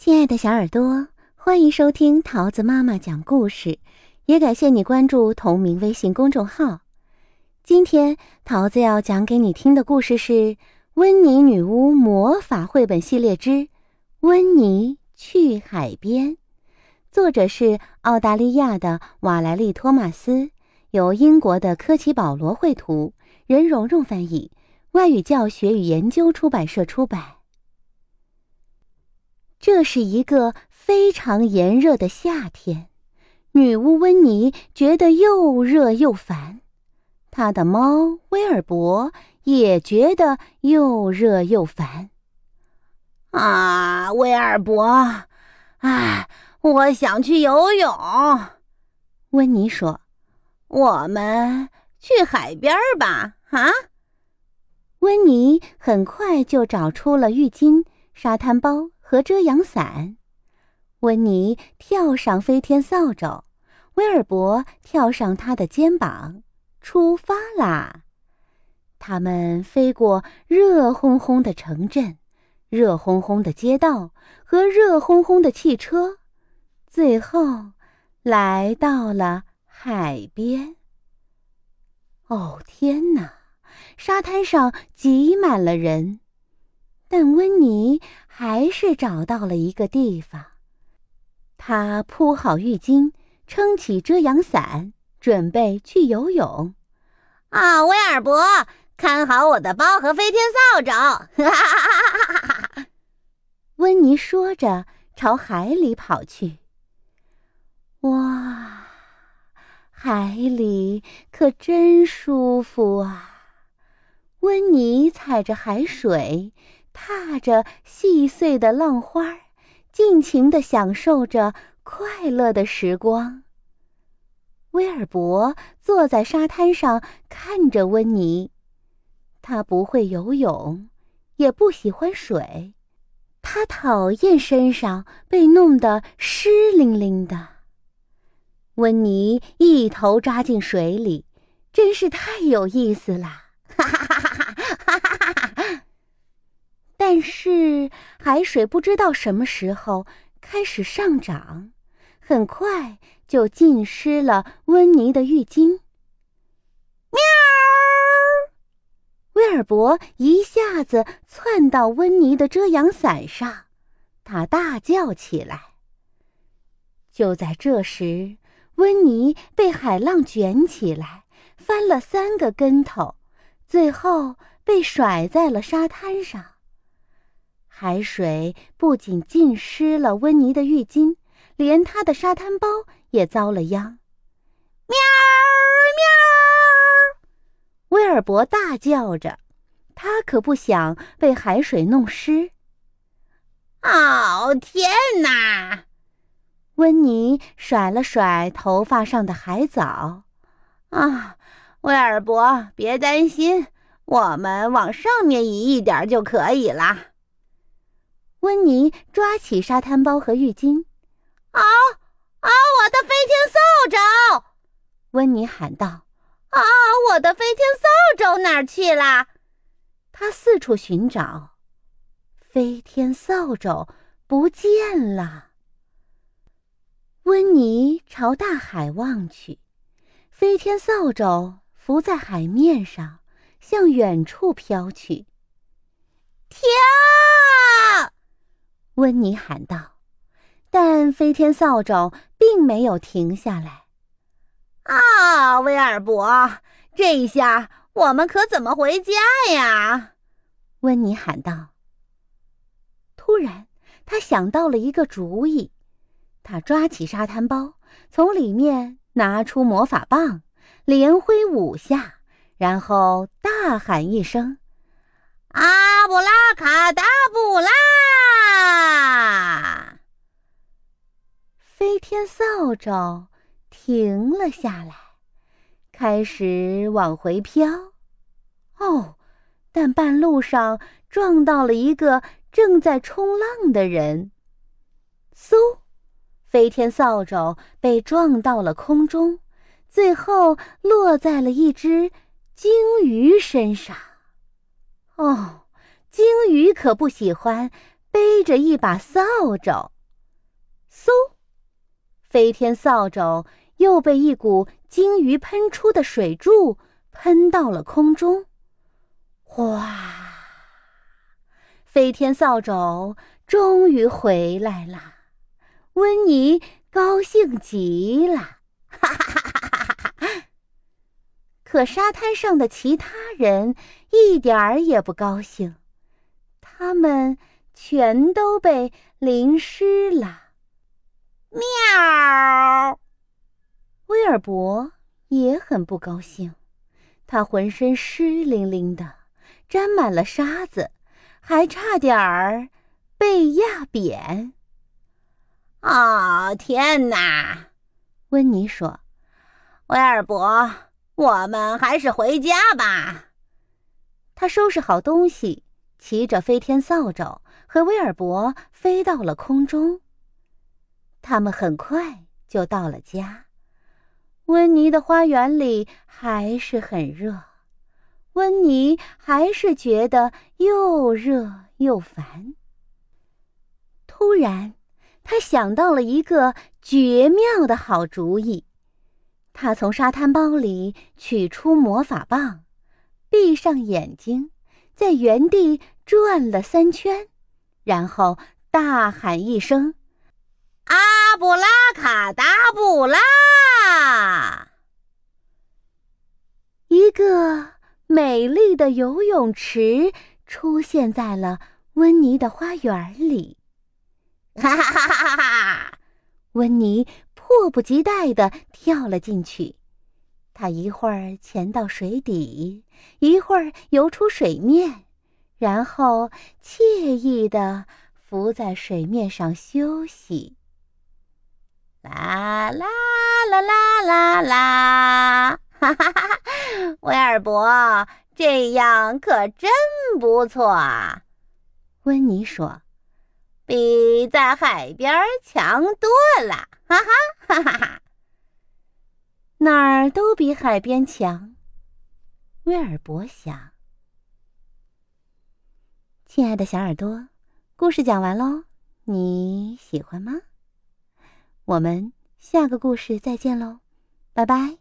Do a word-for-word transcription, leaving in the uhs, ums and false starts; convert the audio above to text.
亲爱的小耳朵，欢迎收听桃子妈妈讲故事，也感谢你关注同名微信公众号。今天桃子要讲给你听的故事是《温妮女巫魔法绘本系列之温妮去海边》，作者是澳大利亚的瓦莱丽·托马斯，由英国的科奇·保罗绘图，任蓉蓉翻译，外语教学与研究出版社出版。这是一个非常炎热的夏天，女巫温妮觉得又热又烦，她的猫威尔伯也觉得又热又烦。 啊，威尔伯，哎，我想去游泳。 温妮说：“ 我们去海边吧，啊？” 温妮很快就找出了浴巾、沙滩包和遮阳伞。温妮跳上飞天扫帚，威尔伯跳上他的肩膀，出发啦！他们飞过热烘烘的城镇、热烘烘的街道和热烘烘的汽车，最后来到了海边。哦，天哪！沙滩上挤满了人，但温妮还是找到了一个地方。她铺好浴巾，撑起遮阳伞，准备去游泳。 啊，威尔伯，看好我的包和飞天扫帚！ 温妮说着，朝海里跑去。哇，海里可真舒服啊！温妮踩着海水，踏着细碎的浪花，尽情地享受着快乐的时光。威尔伯坐在沙滩上看着温妮，他不会游泳，也不喜欢水，他讨厌身上被弄得湿淋淋的。温妮一头扎进水里，真是太有意思了。哈哈哈哈哈哈哈哈！但是海水不知道什么时候开始上涨，很快就浸湿了温妮的浴巾。 喵！ 威尔伯一下子窜到温妮的遮阳伞上，他大叫起来。就在这时，温妮被海浪卷起来，翻了三个跟头，最后被甩在了沙滩上。海水不仅浸湿了温妮的浴巾，连她的沙滩包也遭了殃。 喵喵！ 威尔伯大叫着，他可不想被海水弄湿。 哦，天哪！ 温妮甩了甩头发上的海藻。 啊，威尔伯，别担心，我们往上面移一点就可以了。 温妮抓起沙滩包和浴巾。 啊啊！我的飞天扫帚！ 温妮喊道。 啊，我的飞天扫帚哪儿去了？ 他四处寻找，飞天扫帚不见了。温妮朝大海望去，飞天扫帚浮在海面上，向远处飘去。 跳！ 温妮喊道，但飞天扫帚并没有停下来。 啊，威尔伯，这一下我们可怎么回家呀？ 温妮喊道。突然，他想到了一个主意。他抓起沙滩包，从里面拿出魔法棒，连挥五下，然后大喊一声：“ 阿布拉卡达布拉！” 飞天扫帚停了下来，开始往回飘。哦，但半路上撞到了一个正在冲浪的人。嗖！飞天扫帚被撞到了空中，最后落在了一只鲸鱼身上。哦，鲸鱼可不喜欢背着一把扫帚。嗖，飞天扫帚又被一股鲸鱼喷出的水柱喷到了空中。哗！飞天扫帚终于回来了，温妮高兴极了，哈哈哈哈哈哈！可沙滩上的其他人一点儿也不高兴，他们全都被淋湿了。 喵！ 威尔伯也很不高兴，他浑身湿淋淋的，沾满了沙子，还差点儿被压扁。 哦，天哪！ 温妮说：“ 威尔伯，我们还是回家吧。” 他收拾好东西，骑着飞天扫帚和威尔伯飞到了空中。他们很快就到了家。温妮的花园里还是很热，温妮还是觉得又热又烦。突然，他想到了一个绝妙的好主意。他从沙滩包里取出魔法棒，闭上眼睛，在原地转了三圈，然后大喊一声：“ 阿布拉卡达布拉！” 一个美丽的游泳池出现在了温妮的花园里。 哈哈哈哈哈！ 温妮迫不及待地跳了进去。他一会儿潜到水底，一会儿游出水面，然后惬意地浮在水面上休息。 啦啦啦啦啦啦！哈哈哈！威尔伯，这样可真不错啊。 温妮说：“ 比在海边强多了，哈哈哈哈哈！ 哪儿都比海边强。”威尔伯想。亲爱的小耳朵，故事讲完喽，你喜欢吗？我们下个故事再见喽，拜拜。